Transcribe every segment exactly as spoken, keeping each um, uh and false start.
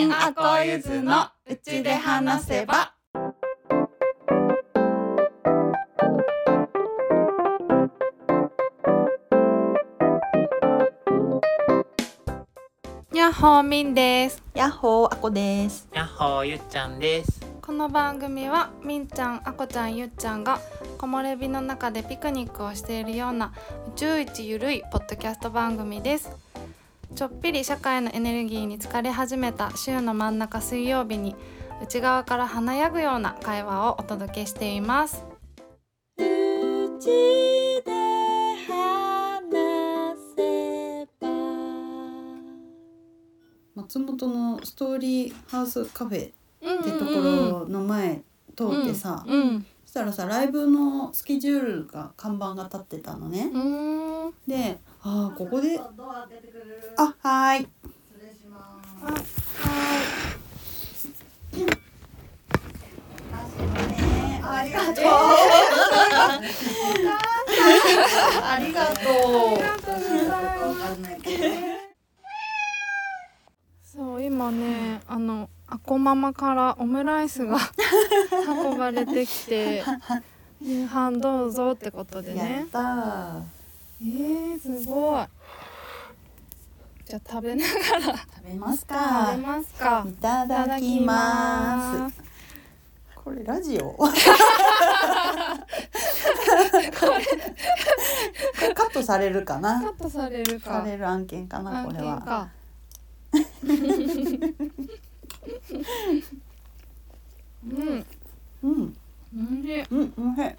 んあこゆずのうちで話せば。やっほーみんです。 やっほーあこです。 やっほーゆっちゃんです。 この番組はみんちゃん、あこちゃん、ゆっちゃんが木漏れ日の中でピクニックをしているような宇宙一ゆるいポッドキャスト番組です。ちょっぴり社会のエネルギーに疲れ始めた週の真ん中水曜日に内側から華やぐような会話をお届けしています。 うちで話せば。松本のストーリーハウスカフェってところの前通ってさ、 うんうんうん、 そしたらさライブのスケジュールが看板が立ってたのね。 うーんで、あーここで、あ、はーい。 失礼します。あ、はーい。ありがとう。ありがとう。 ありがとうございます。そう今ね、あのあこママからオムライスが運ばれてきて夕飯どうぞってことでやね。 ったー。 えー、すごい。じゃあ食べながら食べますか。 食べますか。 いただきます。これラジオこれカットされるかな。 カットされるか。 される案件かな、これは。 案件か。うん。 うん。 おいしい。 うん、おいしい。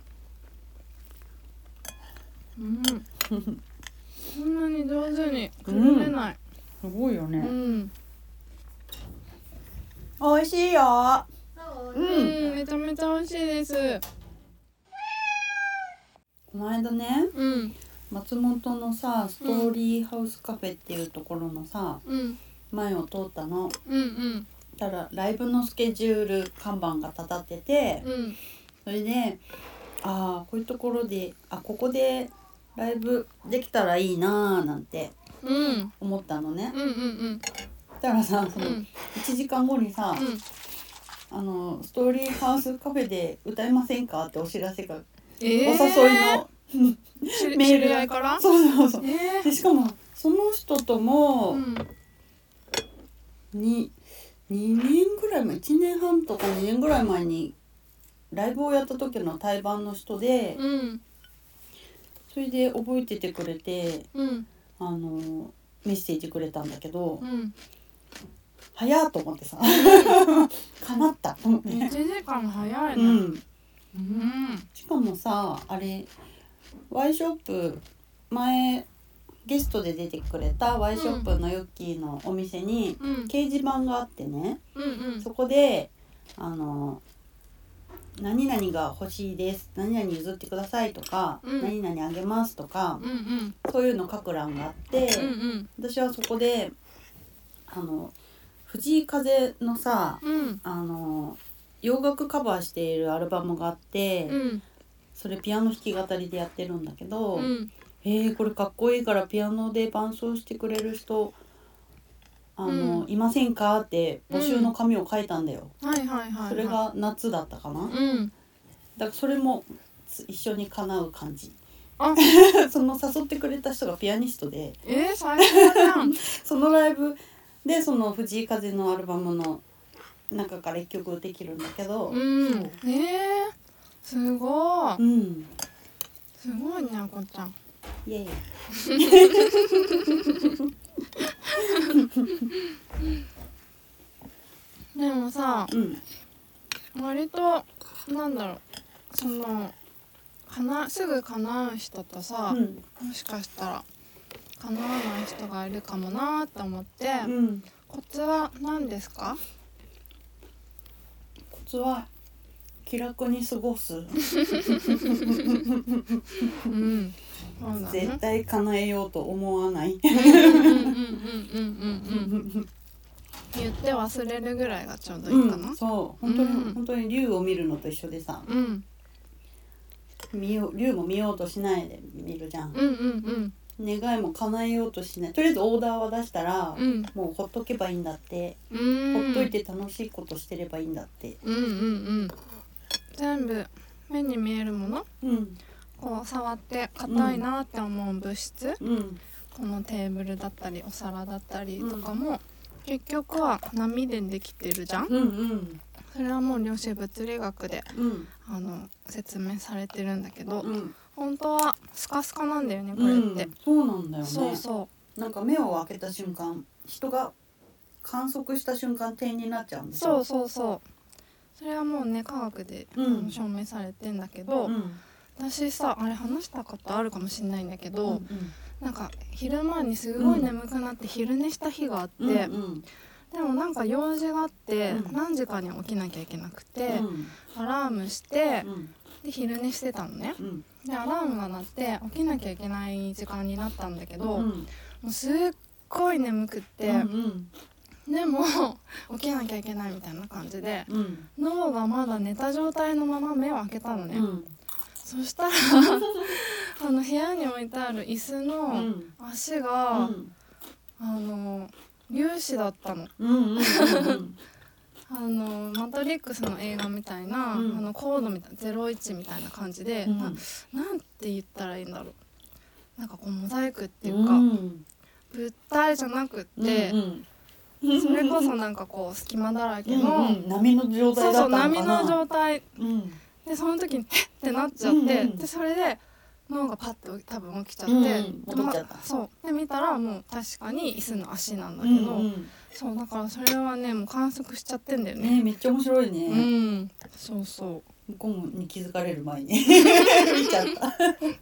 うん。こんなに上手にくるめない。 すごいよね。 うん。 美味しいよ。 うん、めちゃめちゃ美味しいです。 この間ね、 うん。 松本のさストーリーハウスカフェっていうところのさ、 うん。 前を通ったの。 うんうん。 ただライブのスケジュール看板が立ってて、 うん。 それでああこういうところであここでライブできたらいいなーなんてうん思ったのね。 うんうんうんだからさそのうんいちじかんごにさ、 うんあのストーリーハウスカフェで歌いませんかってお知らせが、 えー、 お誘いのメール知り合いからそうそうそう、 えー、 でしかもその人ともうんににねんぐらい前いちねんはんとかにねんぐらい前にライブをやった時の対バンの人で、 うんそれで覚えててくれてうんあのメッセージくれたんだけど、 うん早っと思ってさかなったと思っていちじかん早いね。 うん、 うんしかもさあれワイショップ前ゲストで出てくれたワイショップのヨッキーのお店にうん掲示板があってね、 うんうんそこであの何々が欲しいです何々譲ってくださいとか、 うん何々あげますとか、 うんうんそういうの書く欄があって、 うんうん私はそこであの藤井風のさうんあの洋楽カバーしているアルバムがあって、 うんそれピアノ弾き語りでやってるんだけど、 うんえー、これかっこいいからピアノで伴奏してくれる人あの、 うんいませんかって募集の紙を書いたんだよ、 はいはいはいはい。 それが夏だったかな、 うんだからそれも一緒に叶う感じ。 あその誘ってくれた人がピアニストで、 えー、最高じゃん。 そのライブでその藤井風のアルバムの中から一曲できるんだけど、 うんえー、すごいうんすごいねあこちゃん。 イエイでもさうん割となんだろうそのかなすぐ叶う人とさ、 うんもしかしたら叶わない人がいるかもなと思って、 うんコツは何ですか？ コツは気楽に過ごす。 うんそうだね。 絶対叶えようと思わない。 うんうんうんうんうんうんうん言って忘れるぐらいがちょうどいいかな、 うん、そう本当に、 うん、 本当に竜を見るのと一緒でさ、 うん、 見よ竜も見ようとしないで見るじゃん、 うんうんうん願いも叶えようとしない。とりあえずオーダーは出したら、 うん、 もうほっとけばいいんだって、 うーんほっといて楽しいことしてればいいんだって。 うんうんうん、全部目に見えるもの、 うん、 こう触って硬いなって思う物質、 うん、 このテーブルだったりお皿だったりとかも、結局は波でできてるじゃん、 うん、うん、 それはもう量子物理学でうん、 あの説明されてるんだけど、 うん、 本当はスカスカなんだよねこれって、 うん、そうなんだよね。 そうそなんか目を開けた瞬間、人が観測した瞬間点になっちゃうんうでしょ。 そうそうそうそれはもうね科学で、 うんあの証明されてんだけど、 うん、 私さあれ話したことあるかもしれないんだけど、 うん、うん、 なんか昼間にすごい眠くなって昼寝した日があって、 うん、うん、 でもなんか用事があってうん何時間に起きなきゃいけなくて、 うんアラームしてうんで昼寝してたのね。 うんでアラームが鳴って起きなきゃいけない時間になったんだけど、 うんもうすっごい眠くって、 うんでも起きなきゃいけないみたいな感じでうん脳がまだ寝た状態のまま目を開けたのね、 うんそしたらあの部屋に置いてある椅子うのん足が、あの粒子だったの。 うんうんうんあのマトリックスの映画みたいな、 うんあのコードみたいなゼロイチみたいな感じで、 うんななんて言ったらいいんだろう、なんかこうモザイクっていうか、 うん物体じゃなくって、 うんそれこそなんかこう隙間だらけうんの、 うん波の状態だそうそうったのかな。 波の状態うんで、その時にえってなっちゃって、 うんうんでそれで脳がパッと多分起きちゃって、 うんうんで戻っちゃったまそうで見たらもう確かに椅子の足なんだうけど、 んうんそうだからそれはねもう観測しちゃってんだよね。 ねめっちゃ面白いね。 うんそうそう向こうに気づかれる前に見ちゃった。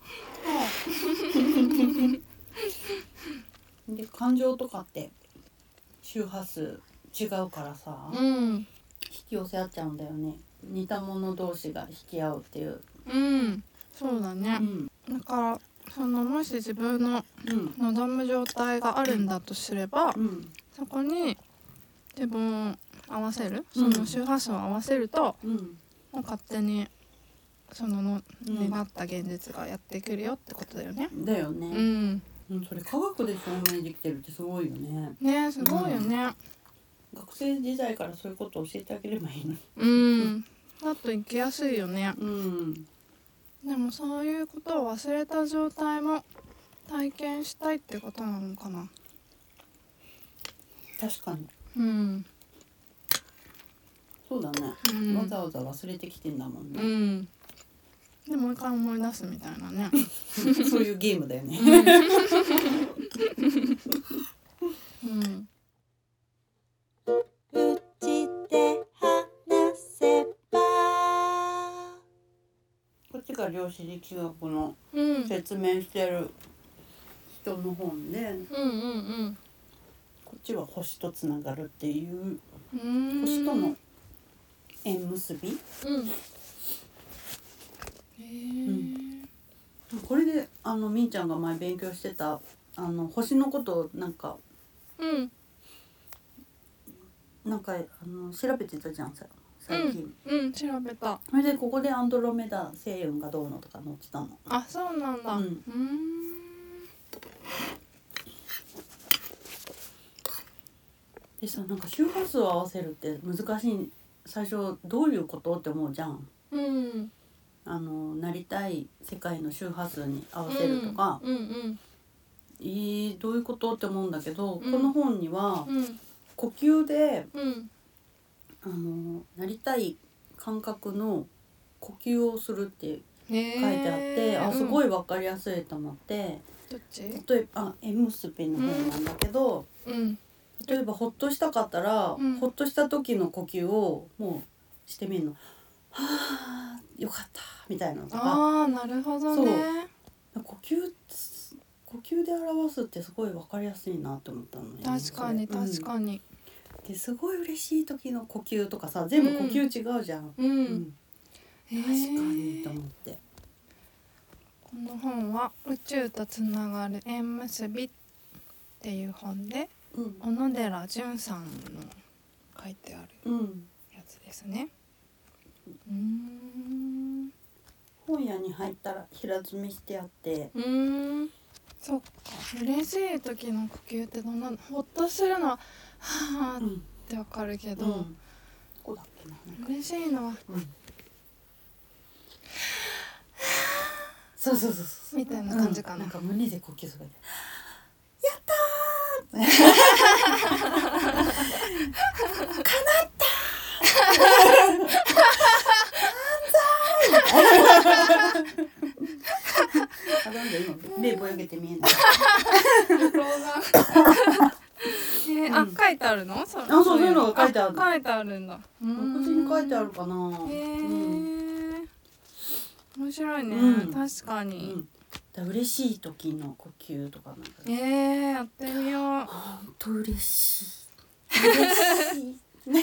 で感情とかって周波数違うからさ、 う引んき寄せ合っちゃうんだよね。似た者同士が引き合うっていう。 うんそうだねう、んだからそのもし自分のうん望む状態があるんだとすれば、 うんそこに自分を合わせる、 うんその周波数を合わせると、 うんもう勝手にそののうん願った現実がやってくるよってことだよね。 だよね、 うんうん、それ科学で証明できてるってすごいよね。 ねすごいよね。 学生時代からそういうことを教えてあげればいいのに。 うんだと生きやすいよね。 うんでもそういうことを忘れた状態も体験したいってことなのかな。 確かにうんそうだね、 うんわざわざ忘れてきてんだもんうね、 んでもう一回思い出すみたいなね。 そういうゲームだよね、 うんうちで話せばこっちが量子力学のうん説明してる人の本で、 うんうんこっちは星とつながるっていううん星との縁結び、 うんへーこれであのみーちゃんが前勉強してたあの星のことをなんかうんなんかあの調べてたじゃんさ最近、 うん調べた。 それでここでアンドロメダ星雲がどうのとか載ってたの。 あそうなんだ。 ううんんでさなんか周波数を合わせるって難しい。最初どういうことって思うじゃん。 うんあのなりたい世界の周波数に合わせるとか、 うんうんえー、どういうことって思うんだけど、 うんこの本にはうん呼吸でうんあのなりたい感覚の呼吸をするって書い書いてあって、あすごい。 い分かりやすいと思って、 どっち？ 例えばあ縁結びの本なんだけど、 うん例えばほっとしたかったら、 うんほっとした時の呼吸をもうしてみるの。はあよかったみたいなのとか、 ああなるほどね。 呼吸呼吸で表すってすごい分かりやすいなって思ったのね。 確かにそれうん確かに。 ですごい嬉しい時の呼吸とかさ全部呼吸違うじゃん。 ううんん。へ確かにえと思って。 この本は宇宙とつながる縁結びっていう本でうん小野寺淳さんの書いてあるうん。 やつですね。うーん本屋に入ったら平積みしてあって、 うーんそっか、嬉しい時の呼吸ってどんなの？ほっとするのははーってわかるけど、 うん、どこだっけな、なんか嬉しいのはうん、そうそうそうそうみたいな感じかな、 うん、なんか胸で呼吸するやったー叶ったーあ、なんだ今目ぼやけて見えないえー、あ、書いてあるの？そあ、そう、そういうのが書いてある。 書いてあるんだ。 こっちに書いてあるかな。 へえ、 うん面白いね、 うん、 確かに、 うん、だ嬉しい時の呼吸とかなんかえー、やってみよう。 ほんと嬉しい嬉しい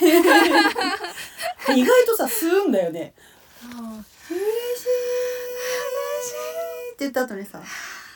意外とさ吸うんだよね。 あ、 嬉しい嬉しいって言った後にさ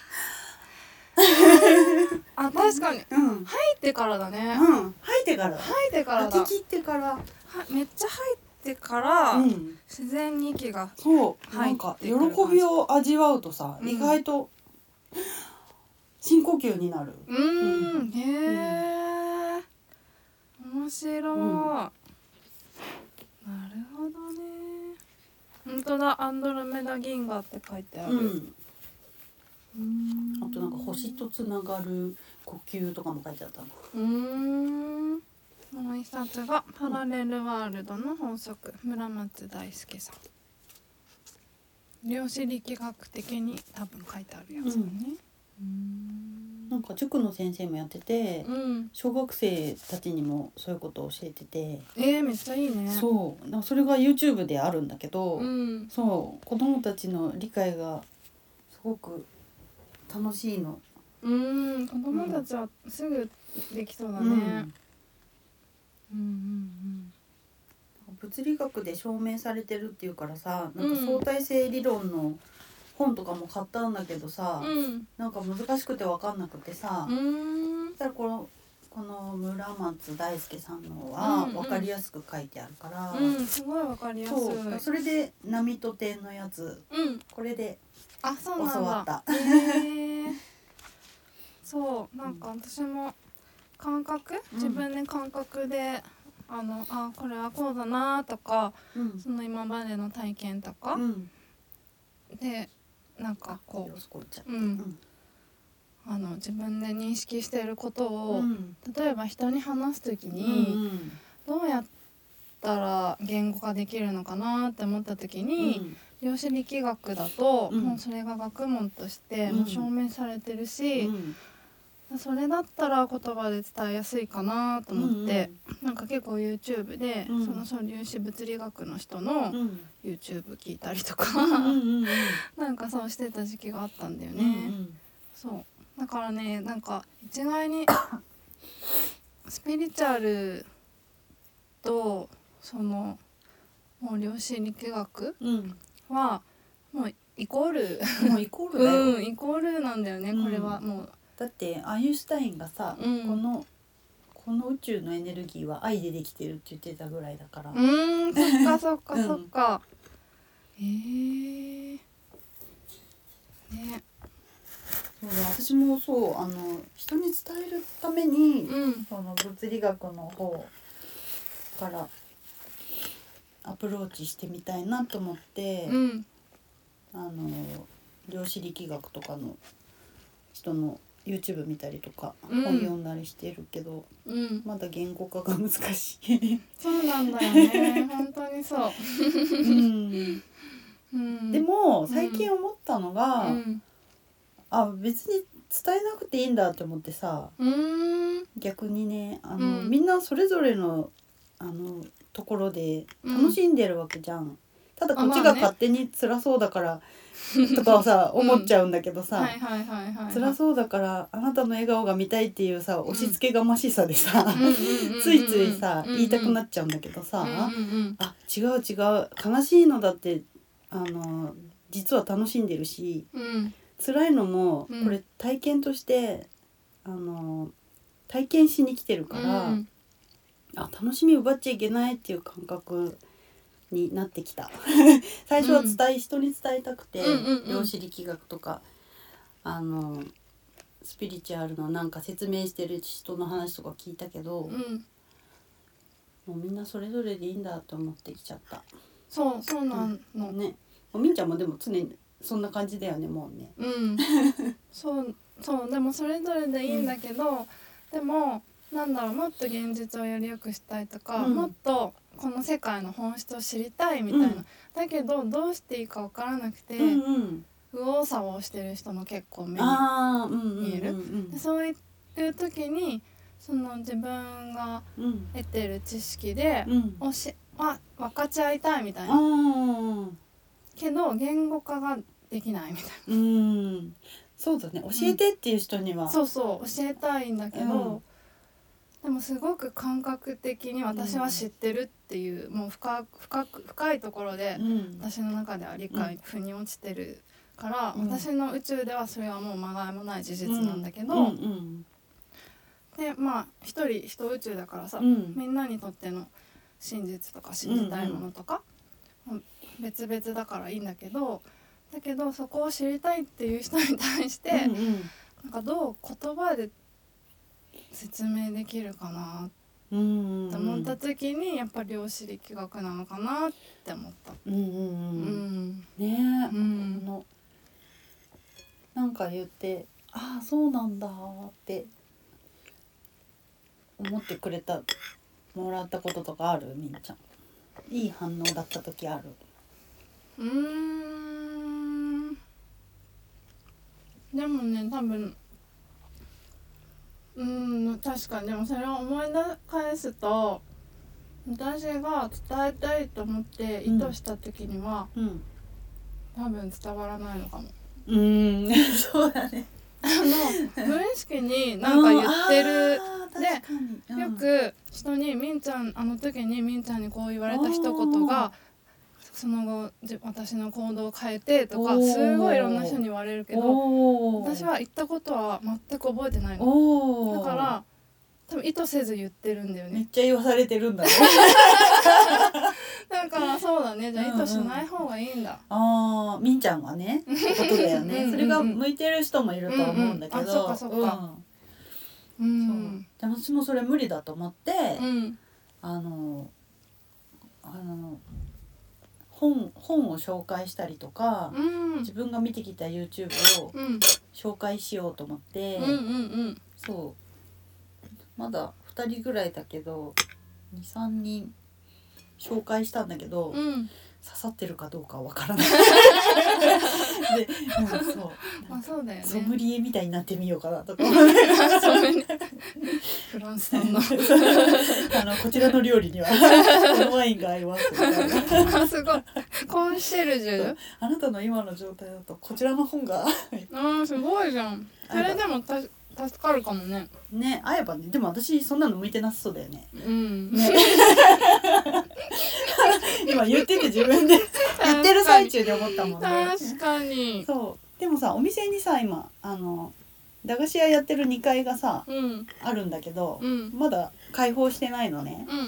あ、確かにうん吐いてからだね、 うん、吐いてから吐いてからだ、 吐き切ってからはめっちゃ吐いてから、 うん、 自然に息が、 そう入ってなんか喜くる感じびを味わうとさ、 うん、 意外と深呼吸になる。 うーん、へえ、面白い、うん、なるほどね。本当だ、アンドロメダ銀河って書いてある、うん、 うーん、あとなんか星とつながる呼吸とかも書いてあったの。 うーん、もう一冊がパラレルワールドの法則、村松大輔さん、量子力学的に多分書いてあるやつだね、うん、 なんか塾の先生もやってて、うん、小学生たちにもそういうことを教えてて、 えー、めっちゃいいね。 そうだからそれが YouTube であるんだけど、 うん、 そう子供たちの理解がすごく楽しいの。 うん、子供たちはすぐできそうだね、うん、うんうんうん、 物理学で証明されてるっていうからさ、なんか相対性理論の本とかも買ったんだけどさ、うん、なんか難しくて分かんなくてさ、うん、そしたらこのこの村松大輔さんのは分かりやすく書いてあるから、 うんうん、すごい分かりやすい。 そう、それで波と点のやつ、うん、これで教わった。 へーそうなんか私も感覚、うん、自分で感覚であのあこれはこうだなとか、うん、その今までの体験とか、うん、でなんかこう、うん、あの自分で認識していることを、うん、例えば人に話すときに、うんうん、どうやったら言語化できるのかなって思ったときに、うん、量子力学だと、うん、もうそれが学問としてもう証明されてるし、うんうん、それだったら言葉で伝えやすいかなと思って、うんうん、なんか結構 YouTube で、うん、その素粒子物理学の人の YouTube 聞いたりとか、うんうんうん、なんかそうしてた時期があったんだよね、うんうん、そうだからねなんか一概にスピリチュアルとそのもう量子力学はもうイコール、 うん、もうイコールだよ、 うん、イコールなんだよね、うん、これはもうだってアインシュタインがさ、うん、このこの宇宙のエネルギーは愛でできてるって言ってたぐらいだから、 うーん、そっかそっかそっか、うん、えー、ね、 そう私もそうあの人に伝えるために、うん、その物理学の方からアプローチしてみたいなと思って、うん、あの量子力学とかの人の YouTube 見たりとか、うん、本読んだりしてるけど、うん、まだ言語化が難しいそうなんだよね本当にそう、うんうん、でも最近思ったのが、うん、あ別に伝えなくていいんだって思ってさ、うん、逆にねあの、うん、みんなそれぞれのあのところで楽しんでるわけじゃん、うん、ただこっちが勝手に辛そうだからとかはさ思っちゃうんだけどさ辛そうだからあなたの笑顔が見たいっていうさ押し付けがましさでさついついさ言いたくなっちゃうんだけどさ、うんうんうん、あ違う違う悲しいのだってあの実は楽しんでるし、うん、辛いのもこれ体験としてあの体験しに来てるから、うん、あ楽しみ奪っちゃいけないっていう感覚になってきた最初は伝え、うん、人に伝えたくて、うんうんうん、量子力学とかあのスピリチュアルのなんか説明してる人の話とか聞いたけど、 うん、 もうみんなそれぞれでいいんだと思ってきちゃった。 そうそうなの、うん、 ね。みんちゃんもでも常にそんな感じだよね、もうね。 うんそうそうでもそれぞれでいいんだけど、うん、でもなんだろう、もっと現実をより良くしたいとか、うん、もっとこの世界の本質を知りたいみたいな、うん、だけどどうしていいか分からなくて、うんうん、右往左往してる人も結構目に見える。そういう時にその自分が得てる知識で、うん、おしあ分かち合いたいみたいな、うん、けど言語化ができないみたいな。 うんそうだね、教えてっていう人には、 うん、そうそう教えたいんだけど、うん、でもすごく感覚的に私は知ってるっていう、うん、もう 深, 深, く深いところで、うん、私の中では理解、うん、腑に落ちてるから、うん、私の宇宙ではそれはもうまがいもない事実なんだけど、うんうんうん、でまあ一人一宇宙だからさ、うん、みんなにとっての真実とか信じたいものとか、うんうん、別々だからいいんだけどだけどそこを知りたいっていう人に対して、うんうん、なんかどう言葉で説明できるかなって思った時にやっぱり量子力学なのかなって思った。うんうんうんうん、ねえ、うん、のなんか言ってああそうなんだって思ってくれたもらったこととかある？みんちゃんいい反応だった時ある？ うーんでもね多分うん確かにでもそれを思い返すと私が伝えたいと思って意図した時には、うんうん、多分伝わらないのかも。 うーんそうだねあの無意識になんか言ってるで、うん、よく人にみんちゃんあの時にみんちゃんにこう言われた一言がその後私の行動を変えてとかすごいいろんな人に言われるけど私は言ったことは全く覚えてないの。だから多分意図せず言ってるんだよね。 めっちゃ言わされてるんだねだからそうだね、じゃあ意図しない方がいいんだ、 うんうん、ああみんちゃんはねってことだよねうんうん、うん、それが向いてる人もいるとは思うんだけど、うんうん、あそっかそっか、うん、そうでも私もそれ無理だと思って、うん、あのあの本, 本を紹介したりとか、うん、自分が見てきた YouTube を紹介しようと思って、うんうんうん、そうまだふたりぐらいだけど にさんにん紹介したんだけど、うん、刺さってるかどうかはわからないで、うん、そうまあそうだよね、 ソムリエみたいになってみようかなとかフランス産のあのこちらの料理にはこのワインが合いますみたいなすごいコンシェルジュあなたの今の状態だとこちらの本があすごいじゃん。それでもた助かるかもね。 ね、会えばね。でも私そんなの向いてなさそうだよね。うん。ね、今言ってて自分で言ってる最中で思ったもんね。 確かに。 そう。でもさお店にさ今あの駄菓子屋やってるにかいがさ、うん、あるんだけど、うん、まだ開放してないのね、うんうんうん。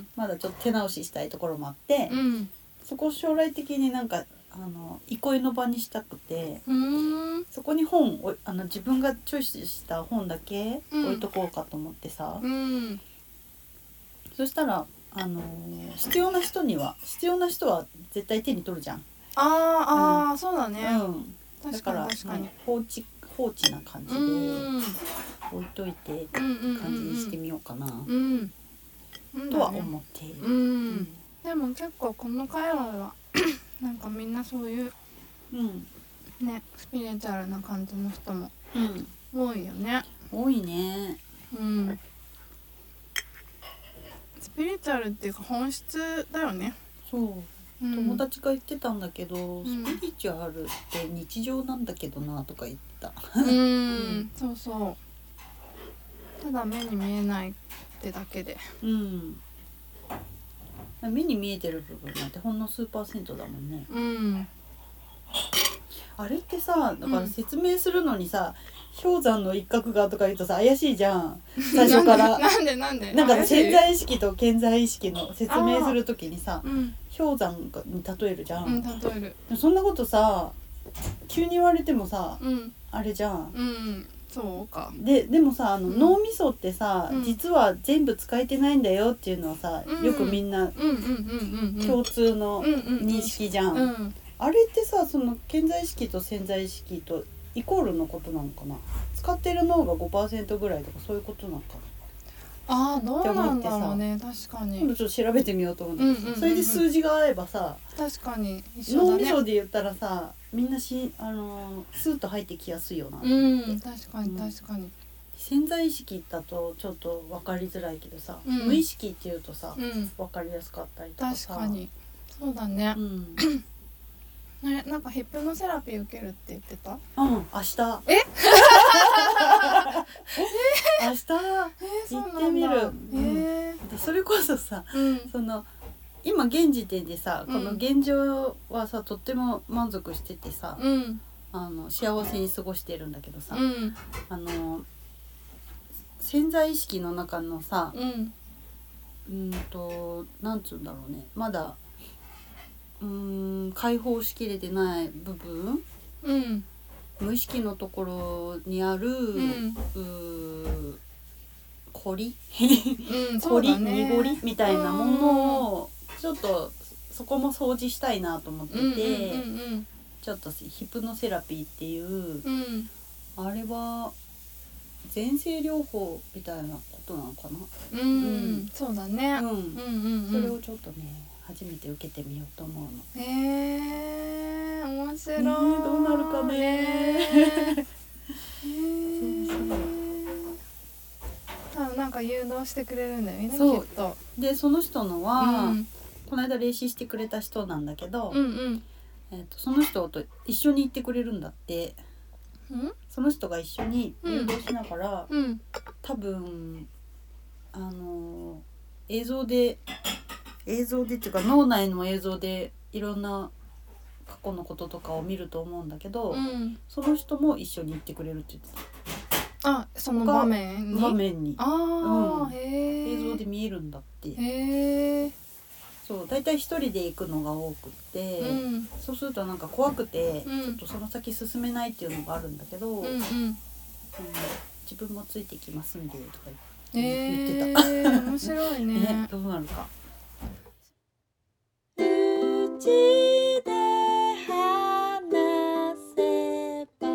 まだちょっと手直ししたいところもあって、うん、そこ将来的になんかあの憩いの場にしたくて、うーんそこに本をあの自分がチョイスした本だけ置いとこうかと思ってさ、うん、そしたらあの必要な人には必要な人は絶対手に取るじゃん。 あー、うん、あーそうだね、うん、 だから確かに放置放置な感じで置いといてって感じにしてみようかな、うんうん、とは思っている、うんうん、でも結構この界隈はなんかみんなそういう、うん、ねスピリチュアルな感じの人も多いよね、 うん、多いね、うん、 スピリチュアルっていうか本質だよね。 そう、うん、友達が言ってたんだけど、うん、スピリチュアルって日常なんだけどなとか言ってたうん、うん、そうそうただ目に見えないってだけで、うん目に見えてる部分なんてほんの数パーセントだもんね、うん、あれってさだから説明するのにさ、うん、氷山の一角がとか言うとさ怪しいじゃん最初からなんでなんでなんか潜在意識と顕在意識の説明するときにさ、うん、氷山に例えるじゃん、うん、例えるそんなことさ急に言われてもさ、うん、あれじゃん、うん、 そうか。 ででもさあの、 うん、 脳みそってさ、 うん、 実は全部使えてないんだよっていうのはさ、 うん、 よくみんな共通の認識じゃん、うんうんうんうん、あれってさその顕在意識と潜在意識とイコールのことなのかな。使ってる脳が ごパーセント ぐらいとかそういうことなのかな。 あーどうなんだろうね。確かに今度ちょっと調べてみようと思うんだけど、うんうんうんうん、それで数字が合えばさ確かに一緒だね。 脳みそで言ったらさみんなし、あのー、スーッと入ってきやすいよな、 うん、確かに確かに、うん、 潜在意識だとちょっと分かりづらいけどさ、うん、無意識っていうとさ、うん、分かりやすかったりとかさ。 確かにそうだね、うん、あれなんかヒプノセラピー受けるって言ってた。 うん明日え明日行ってみる、えー、でそれこそさ、うん、その今現時点でさ、うん、この現状はさとっても満足しててさ、うん、あの幸せに過ごしてるんだけどさ、うん、あの潜在意識の中のさ、うん、うんとなんつうんだろうね、まだうーん解放しきれてない部分、うん、無意識のところにある、うん、う凝り、うん、凝り、ね、濁りみたいなものをちょっとそこも掃除したいなと思ってて、うんうんうんうん、ちょっとヒプノセラピーっていう、うん、あれは前世療法みたいなことなのかな、 うんうん、そうだね、うんうんうん、 それをちょっとね初めて受けてみようと思うの。 へえー、面白い、ね、 どうなるかねへー多分なんか誘導してくれるんだよね。 そうきっとでその人のは、うん、この間霊視してくれた人なんだけど、うんうんえー、とその人と一緒に行ってくれるんだって、うん、その人が一緒に誘導しながら、うん、多分あのー、映像で映像でっていうか脳内の映像でいろんな過去のこととかを見ると思うんだけど、うん、その人も一緒に行ってくれるって言ってた。 あ、その場面に場面にあ、うん、へ映像で見えるんだって。 へそうだいたい一人で行くのが多くって、うん、そうするとなんか怖くて、うん、ちょっとその先進めないっていうのがあるんだけど、うんうんうん、自分もついてきますんでとか言ってた、 えー、面白い ね, ねどうなるか。 うちで話せば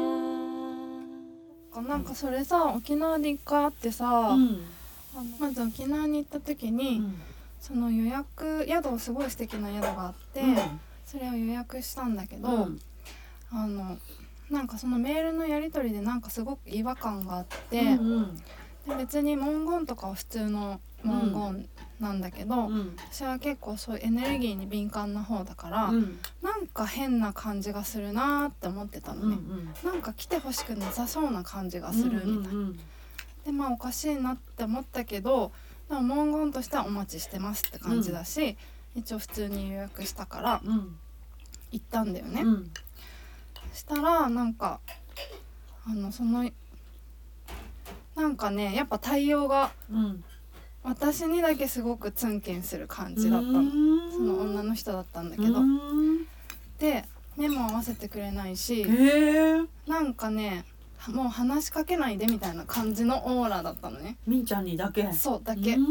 なんかそれさ沖縄で一回あってさ、うん、あのまず沖縄に行った時に、うん、その予約宿すごい素敵な宿があって、うん、それを予約したんだけど、うん、あのなんかそのメールのやり取りでなんかすごく違和感があって、うんうん、で別に文言とかは普通の文言なんだけど、うん、私は結構そういうエネルギーに敏感な方だから、うん、なんか変な感じがするなって思ってたのね、うんうん、なんか来てほしくなさそうな感じがするみたいな、うんうんうん、でまあおかしいなって思ったけどでも文言としてはお待ちしてますって感じだし、うん、一応普通に予約したから行ったんだよね、うん、したらなんかあのそのなんかねやっぱ対応が、うん私にだけすごくツンケンする感じだったの。その女の人だったんだけどで目も合わせてくれないしなんかねもう話しかけないでみたいな感じのオーラだったのね。 みんちゃんにだけそうだけで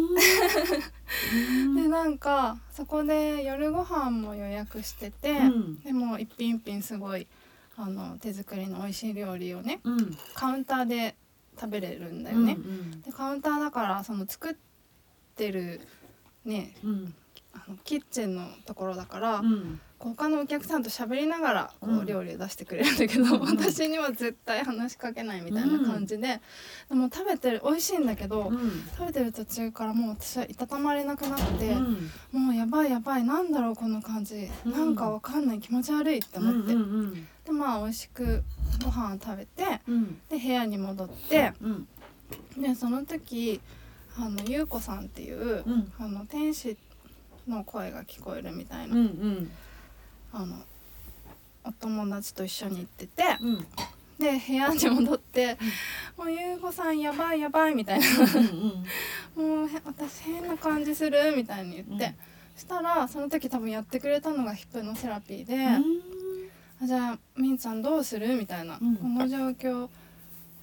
なんかそこで夜ご飯も予約してて、うん、でも一品一品すごいあの手作りの美味しい料理をね、うん、カウンターで食べれるんだよね、うんうん、でカウンターだからその作っててるね、うん、あのキッチンのところだから、うん、他のお客さんと喋りながらこう料理を出してくれるんだけど、うん、私には絶対話しかけないみたいな感じで、うん、でも食べてる美味しいんだけど、うん、食べてる途中からもう私はいたたまれなくなって、うん、もうやばいやばいなんだろうこの感じ、うん、なんかわかんない気持ち悪いって思って、うんうんうん、でまあ美味しくご飯食べて、うん、で部屋に戻って、うん、でその時あのゆうこさんっていう、うん、あの天使の声が聞こえるみたいな、うんうん、あのお友達と一緒に行ってて、うん、で部屋に戻って、うん、もうゆうこさんやばいやばいみたいな、うんうん、もう私変な感じするみたいに言って、うん、したらその時多分やってくれたのがヒプノセラピーで、うん、あじゃあみんさんどうするみたいな、うん、この状況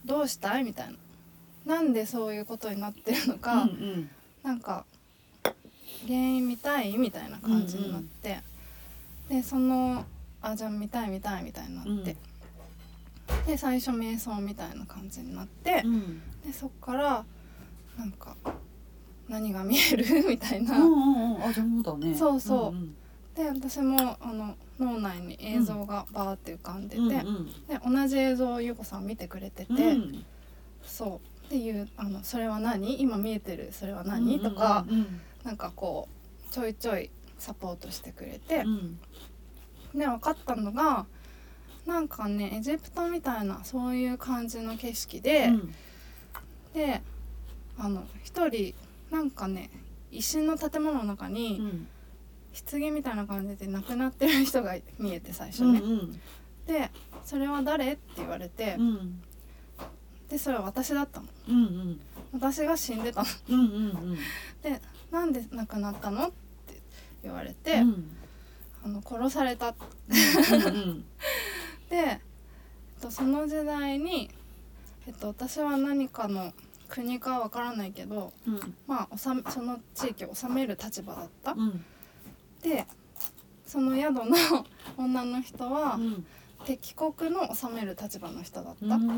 どうしたいみたいな、なんでそういうことになってるのか、 うんうん、 なんか原因見たいみたいな感じになって、うんうん、でそのあじゃあ見たい見たいみたいになって、うん、で最初瞑想みたいな感じになって、うん、でそっからなんか何が見えるみたいな、 うんうんうん、あじゃあもうだね、 そうそう、うんうん、で私もあの脳内に映像がバーって浮かんでて、うんうん、で同じ映像をゆうこさん見てくれてて、うん、そうっていうあのそれは何今見えてるそれは何、うんうんうん、とかなんかこうちょいちょいサポートしてくれて、うん、で分かったのがなんかねエジプトみたいなそういう感じの景色で、うん、であの一人なんかね石の建物の中に、うん、棺みたいな感じで亡くなってる人が見えて最初ね、うんうん、でそれは誰って言われて、うん、でそれは私だったの、うんうん、私が死んでたの、うんうんうん、でなんで亡くなったのって言われて、うん、あの殺された、うんうん、で、えっと、その時代に、えっと、私は何かの国かわからないけど、うん、まあその地域を治める立場だった、うん、でその宿の女の人は、うん、敵国の治める立場の人だった、うん、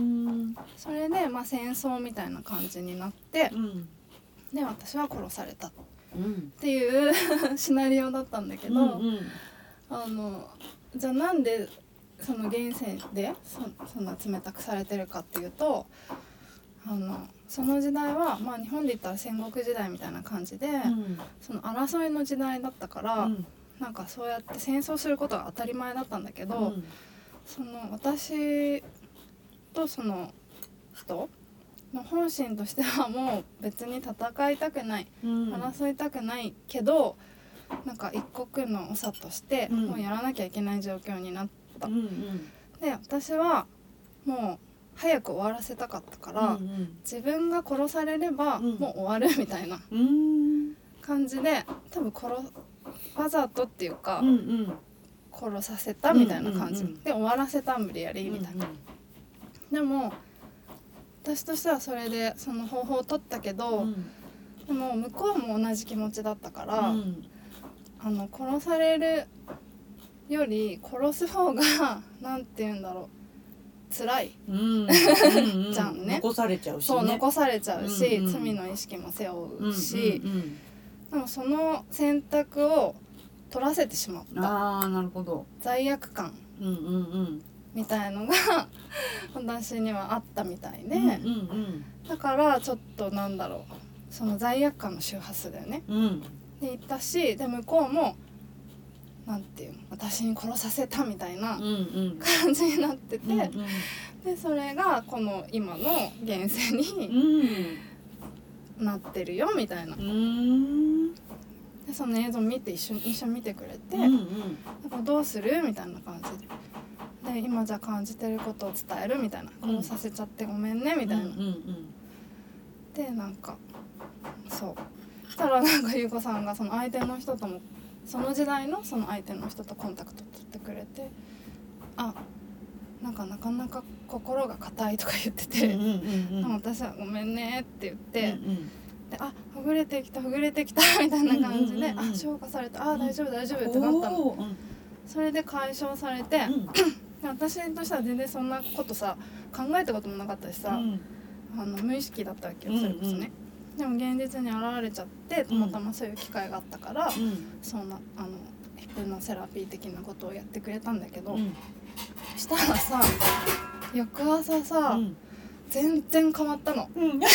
それで、まあ、戦争みたいな感じになって、うん、で私は殺された、うん、っていうシナリオだったんだけど、うんうん、あのじゃあなんでその現世で そ, そんな冷たくされてるかっていうとあのその時代は、まあ、日本で言ったら戦国時代みたいな感じで、うん、その争いの時代だったから、うん、なんかそうやって戦争することが当たり前だったんだけど、うん、その私とその人の本心としてはもう別に戦いたくない、うん、争いたくないけどなんか一国の長としてもうやらなきゃいけない状況になった、うんうん、で私はもう早く終わらせたかったから、うんうん、自分が殺されればもう終わるみたいな感じで多分殺わざとっていうか、うんうん、殺させたみたいな感じ、うんうんうん、で終わらせた無理やりみたいな、うんうん、でも私としてはそれでその方法を取ったけど、うん、でも向こうも同じ気持ちだったから、うん、あの殺されるより殺す方がなんて言うんだろう辛い、うんうんうん、じゃんね残されちゃうしねそう残されちゃうし、うんうん、罪の意識も背負うし、うんうんうん、でもその選択を取らせてしまったあーなるほど罪悪感、うんうんうん、みたいのが私にはあったみたいで、うんうんうん、だからちょっとなんだろうその罪悪感の周波数だよね、うん、で言ったしで向こうもなんていうの私に殺させたみたいな感じになってて、うんうん、でそれがこの今の現世に、うん、なってるよみたいな、うん、でその映像見て一緒に一緒に見てくれて、うんうん、だからどうするみたいな感じでで今じゃ感じてることを伝えるみたいな、うん、殺させちゃってごめんねみたいな、うんうんうん、でなんかそうそしたらなんかゆうこさんがその相手の人ともその時代のその相手の人とコンタクト取ってくれてあなんかなかなか心が硬いとか言ってて、うんうんうんうん、私はごめんねって言って、うんうん、であほぐれてきたほぐれてきたみたいな感じで、うんうんうん、あ消化されたあ大丈夫大丈夫ってなったの、うん、それで解消されて、うん、私としては全然そんなことさ考えたこともなかったしさ、うん、あの無意識だったわけよそれこそね、うんうんでも現実に現れちゃってたまたまそういう機会があったから、うん、そんなあのヒプノセラピー的なことをやってくれたんだけど、うん、したらさ翌朝さ、うん、全然変わったの、うん、そ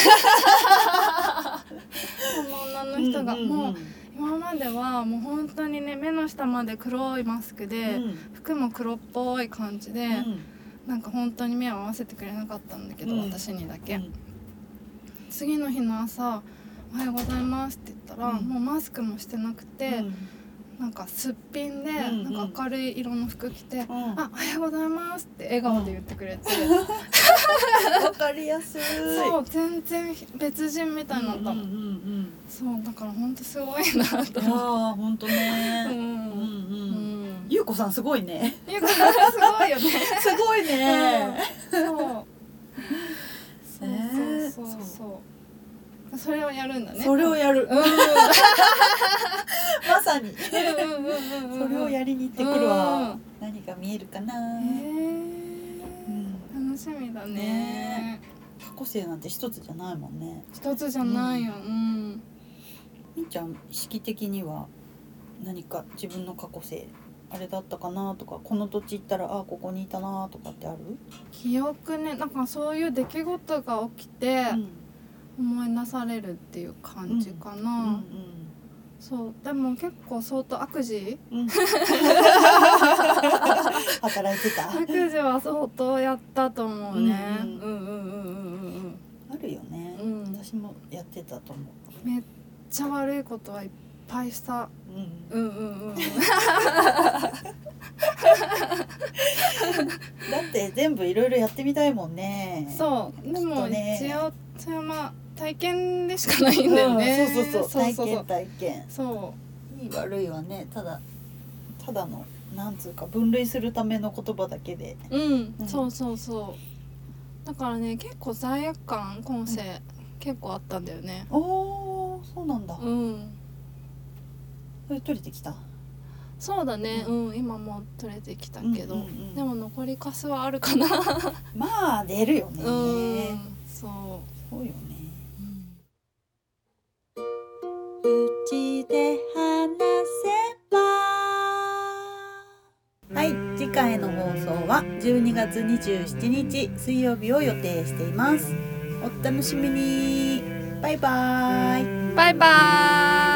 の女の人が、うんうんうん、もう今まではもう本当にね目の下まで黒いマスクで、うん、服も黒っぽい感じで、うん、なんか本当に目を合わせてくれなかったんだけど、うん、私にだけ、うん次の日の朝おはようございますって言ったら、うん、もうマスクもしてなくて、うん、なんかすっぴんで、うんうん、なんか明るい色の服着て、うん、あおはようございますって笑顔で言ってくれて、 うん、わかりやすいそう全然別人みたいになったの、うんうんうんうん、そうだからほんとすごいなと思ってああほんとねうんうんうん、うん、ゆうこさんすごいねゆうこさんすごいよねすごいね、 うん、そうそうそうそれをやるんだね。 それをやる、うん、まさにそれをやりに行ってくるわ。何が見えるかな。へー、うん、楽しみだ ね, ね。 過去性なんて一つじゃないもんね。 一つじゃないよ、うんうん、 みーちゃん意識的には何か自分の過去性あれだったかなとか、この土地行ったらあここにいたなとかってある？ 記憶ね、なんかそういう出来事が起きて思い出されるっていう感じかな、うんうんうん、そうでも結構相当悪事、うん、 働いてた悪事は相当やったと思うね。 あるよね、うん、私もやってたと思う。 めっちゃ悪いことはいっぱいした、うん、うんうんうんだって全部いろいろやってみたいもんね。 そうでも一応それはまあ体験でしかないんだよね、 うん、そうそうそう体験体験そういい悪いはねただただのなんつうか分類するための言葉だけで、 うん、うん、そうそうそうだからね結構罪悪感今世、うん、結構あったんだよね。 おーそうなんだ。うんそれ取れてきた。 そうだね、うん、うん、今もう取れてきたけど、うんうんうん、でも残りカスはあるかなまあ出るよね、うん、 そうそうよね、うん、うちで話せばはい、次回の放送はじゅうにがつにじゅうしちにち水曜日を予定しています。お楽しみに。バイバーイ。 バイバーイ。